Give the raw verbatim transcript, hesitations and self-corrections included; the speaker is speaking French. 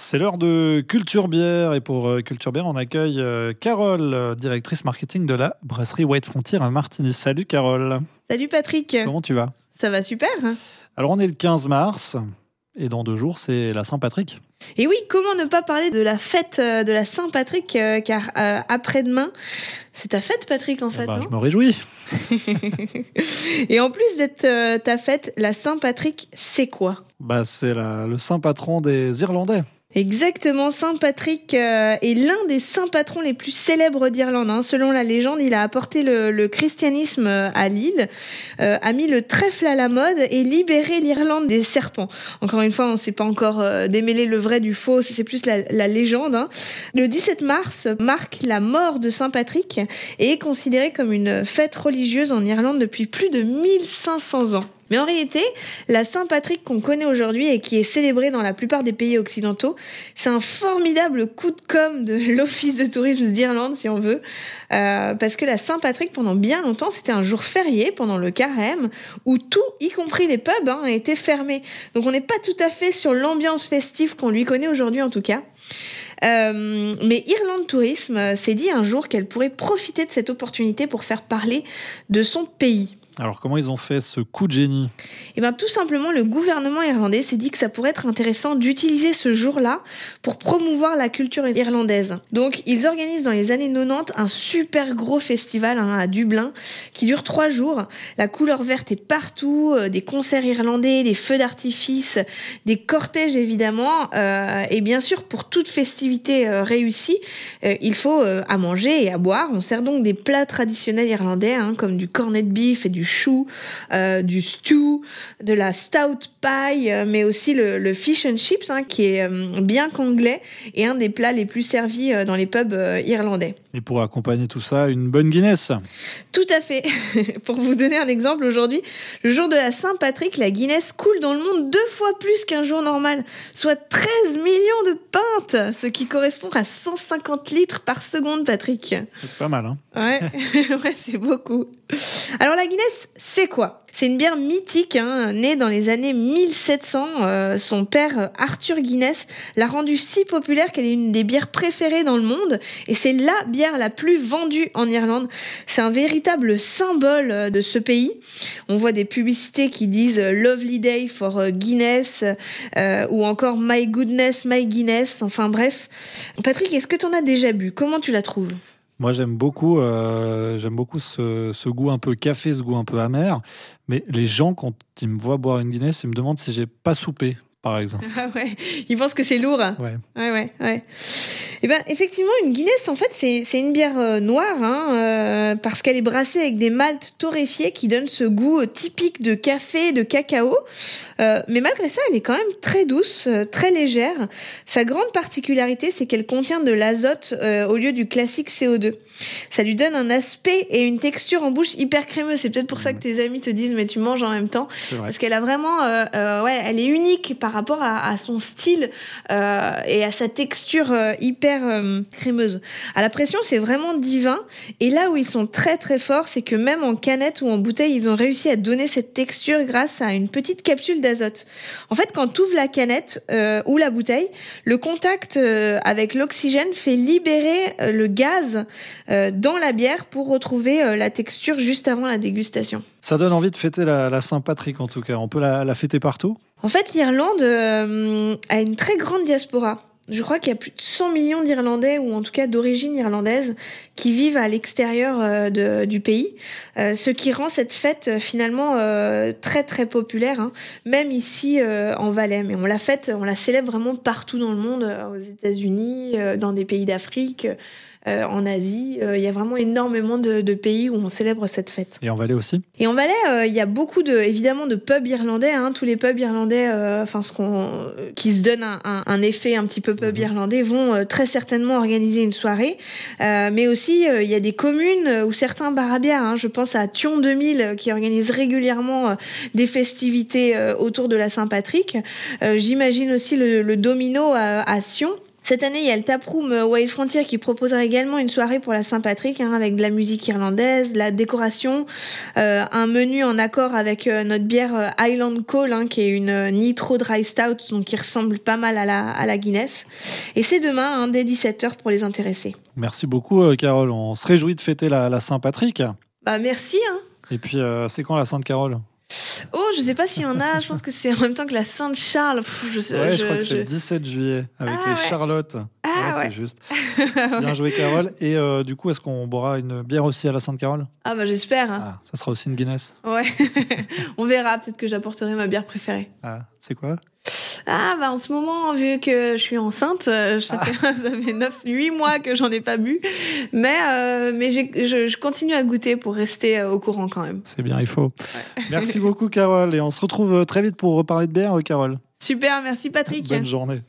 C'est l'heure de Culture Bière et pour euh, Culture Bière, on accueille euh, Carole, euh, directrice marketing de la brasserie White Frontier à Martigny. Salut Carole. Salut Patrick. Comment tu vas ? Ça va super. Alors on est le quinze mars et dans deux jours c'est la Saint-Patrick. Et oui, comment ne pas parler de la fête de la Saint-Patrick, euh, car euh, après-demain, c'est ta fête Patrick en fait, eh ben, non ? Je me réjouis. Et en plus d'être euh, ta fête, la Saint-Patrick, c'est quoi ? Bah, c'est la, le saint patron des Irlandais. Exactement, Saint Patrick euh, est l'un des saints patrons les plus célèbres d'Irlande. Hein. Selon la légende, il a apporté le, le christianisme à l'île, euh, a mis le trèfle à la mode et libéré l'Irlande des serpents. Encore une fois, on ne sait pas encore euh, démêler le vrai du faux, c'est plus la, la légende. Hein. Le dix-sept mars marque la mort de Saint Patrick et est considéré comme une fête religieuse en Irlande depuis plus de mille cinq cents ans. Mais en réalité, la Saint-Patrick qu'on connaît aujourd'hui et qui est célébrée dans la plupart des pays occidentaux, c'est un formidable coup de com' de l'Office de tourisme d'Irlande, si on veut, euh, parce que la Saint-Patrick, pendant bien longtemps, c'était un jour férié pendant le carême, où tout, y compris les pubs, hein, était fermé. Donc on n'est pas tout à fait sur l'ambiance festive qu'on lui connaît aujourd'hui en tout cas. Euh, mais Irlande Tourisme s'est dit un jour qu'elle pourrait profiter de cette opportunité pour faire parler de son pays. Alors, comment ils ont fait ce coup de génie ? Eh bien, tout simplement, le gouvernement irlandais s'est dit que ça pourrait être intéressant d'utiliser ce jour-là pour promouvoir la culture irlandaise. Donc, ils organisent dans les années quatre-vingt-dix un super gros festival hein, à Dublin qui dure trois jours. La couleur verte est partout, euh, des concerts irlandais, des feux d'artifice, des cortèges évidemment. Euh, et bien sûr, pour toute festivité euh, réussie, euh, il faut euh, à manger et à boire. On sert donc des plats traditionnels irlandais hein, comme du corned beef et du chou, euh, du stew, de la stout pie, euh, mais aussi le, le fish and chips, hein, qui est euh, bien qu'anglais et un des plats les plus servis euh, dans les pubs euh, irlandais. Et pour accompagner tout ça, une bonne Guinness. Tout à fait. Pour vous donner un exemple, aujourd'hui, le jour de la Saint-Patrick, la Guinness coule dans le monde deux fois plus qu'un jour normal, soit treize millions de pintes, ce qui correspond à cent cinquante litres par seconde, Patrick. C'est pas mal, hein ? Ouais, ouais, c'est beaucoup. Alors la Guinness, c'est quoi ? C'est une bière mythique, hein, née dans les années mille sept cents. Euh, son père, Arthur Guinness, l'a rendue si populaire qu'elle est une des bières préférées dans le monde. Et c'est la bière la plus vendue en Irlande. C'est un véritable symbole de ce pays. On voit des publicités qui disent « Lovely day for Guinness euh, » ou encore « My goodness, my Guinness ». Enfin bref. Patrick, est-ce que tu en as déjà bu ? Comment tu la trouves ? Moi, j'aime beaucoup, euh, j'aime beaucoup ce, ce goût un peu café, ce goût un peu amer. Mais les gens, quand ils me voient boire une Guinness, ils me demandent si j'ai pas soupé, par exemple. Ah ouais, ils pensent que c'est lourd. Ouais. Ouais, ouais, ouais. Eh ben, effectivement, une Guinness, en fait, c'est, c'est une bière euh, noire, hein, euh, parce qu'elle est brassée avec des maltes torréfiés qui donnent ce goût typique de café, de cacao. Euh, mais malgré ça, elle est quand même très douce, euh, très légère. Sa grande particularité, c'est qu'elle contient de l'azote euh, au lieu du classique C O deux. Ça lui donne un aspect et une texture en bouche hyper crémeuse. C'est peut-être pour ça que tes amis te disent mais tu manges en même temps. Parce qu'elle a vraiment, euh, euh, ouais, elle est unique par rapport à, à son style euh, et à sa texture euh, hyper euh, crémeuse. À la pression, c'est vraiment divin. Et là où ils sont très très forts, c'est que même en canette ou en bouteille, ils ont réussi à donner cette texture grâce à une petite capsule d'azote. En fait, quand tu ouvres la canette euh, ou la bouteille, le contact euh, avec l'oxygène fait libérer euh, le gaz euh, dans la bière pour retrouver euh, la texture juste avant la dégustation. Ça donne envie de fêter la, la Saint-Patrick en tout cas. On peut la, la fêter partout ? En fait, l'Irlande euh, a une très grande diaspora. Je crois qu'il y a plus de cent millions d'Irlandais, ou en tout cas d'origine irlandaise, qui vivent à l'extérieur euh, de, du pays, euh, ce qui rend cette fête euh, finalement euh, très très populaire, hein, même ici euh, en Valais. Mais on la fête, on la célèbre vraiment partout dans le monde, euh, aux États-Unis, euh, dans des pays d'Afrique, euh, en Asie. Euh, il y a vraiment énormément de, de pays où on célèbre cette fête. Et en Valais aussi ? Et en Valais, euh, il y a beaucoup de, évidemment, de pubs irlandais, hein, tous les pubs irlandais, euh, enfin, ce qu'on, euh, qui se donnent un, un, un effet un petit peu pub irlandais, vont euh, très certainement organiser une soirée. Euh, mais aussi, euh, il y a des communes ou certains bars à bière, hein, je pense à Thion deux mille, euh, qui organise régulièrement euh, des festivités euh, autour de la Saint-Patrick. Euh, j'imagine aussi le, le Domino à, à Sion. Cette année, il y a le Taproom Wild Frontier qui proposera également une soirée pour la Saint-Patrick, hein, avec de la musique irlandaise, la décoration, euh, un menu en accord avec euh, notre bière Highland Call, hein, qui est une euh, Nitro Dry Stout, donc qui ressemble pas mal à la, à la Guinness. Et c'est demain, hein, dès dix-sept heures pour les intéressés. Merci beaucoup, euh, Carole. On se réjouit de fêter la, la Saint-Patrick. Bah merci. Hein. Et puis, euh, c'est quand la Sainte-Carole ? Oh, je sais pas s'il y en a. Je pense que c'est en même temps que la Sainte-Charles. Pff, je sais, ouais, je, je crois que je... c'est le dix-sept juillet avec ah, les ouais. Charlottes. Ah, ouais, ouais. c'est juste. Bien joué, Carole. Et euh, du coup, est-ce qu'on boira une bière aussi à la Sainte-Carole ? Ah bah j'espère. Hein. Ah, ça sera aussi une Guinness. Ouais. On verra. Peut-être que j'apporterai ma bière préférée. Ah, c'est quoi ? Ah bah en ce moment, vu que je suis enceinte, ça fait, ah. ça fait neuf, huit mois que j'en ai pas bu. Mais, euh, mais j'ai, je, je continue à goûter pour rester au courant quand même. C'est bien, il faut. Ouais. Merci beaucoup, Carole. Et on se retrouve très vite pour reparler de bière, Carole. Super, merci Patrick. Bonne journée.